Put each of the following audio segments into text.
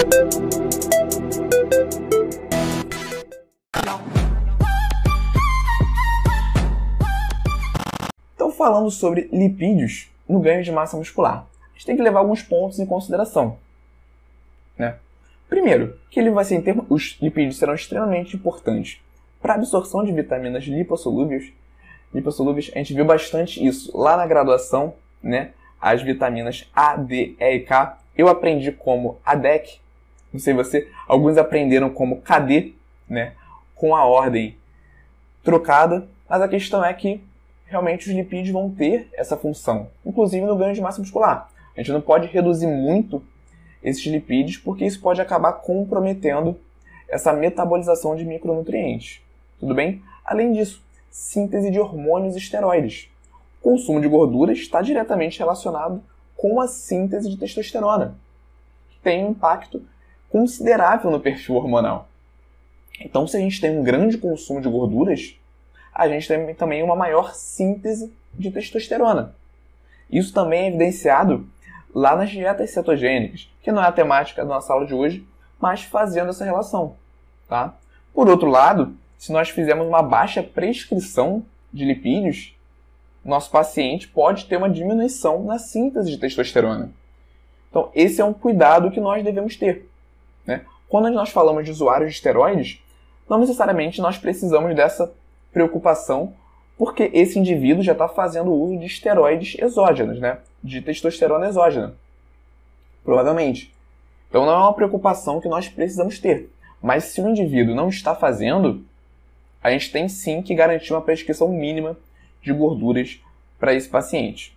Então, falando sobre lipídios no ganho de massa muscular, a gente tem que levar alguns pontos em consideração, né? Primeiro, que os lipídios serão extremamente importantes para a absorção de vitaminas lipossolúveis. A gente viu bastante isso lá na graduação, né? As vitaminas A, D, E e K. Eu aprendi como ADEC, não sei você, alguns aprenderam como KD, né? Com a ordem trocada, mas a questão é que realmente os lipídios vão ter essa função, inclusive no ganho de massa muscular. A gente não pode reduzir muito esses lipídios, porque isso pode acabar comprometendo essa metabolização de micronutrientes. Tudo bem? Além disso, síntese de hormônios e esteroides. O consumo de gordura está diretamente relacionado com a síntese de testosterona, que tem um impacto considerável no perfil hormonal. Então, se a gente tem um grande consumo de gorduras, a gente tem também uma maior síntese de testosterona. Isso também é evidenciado lá nas dietas cetogênicas, que não é a temática da nossa aula de hoje, mas fazendo essa relação, tá? Por outro lado, se nós fizermos uma baixa prescrição de lipídios, nosso paciente pode ter uma diminuição na síntese de testosterona. Então, esse é um cuidado que nós devemos ter, né? Quando nós falamos de usuários de esteroides, não necessariamente nós precisamos dessa preocupação, porque esse indivíduo já está fazendo uso de esteroides exógenos, né? De testosterona exógena, provavelmente. Então não é uma preocupação que nós precisamos ter. Mas se o indivíduo não está fazendo, a gente tem sim que garantir uma prescrição mínima de gorduras para esse paciente.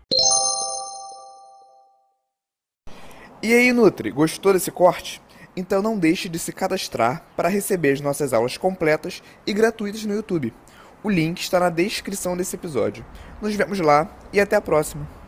E aí, Nutri, gostou desse corte? Então não deixe de se cadastrar para receber as nossas aulas completas e gratuitas no YouTube. O link está na descrição desse episódio. Nos vemos lá e até a próxima!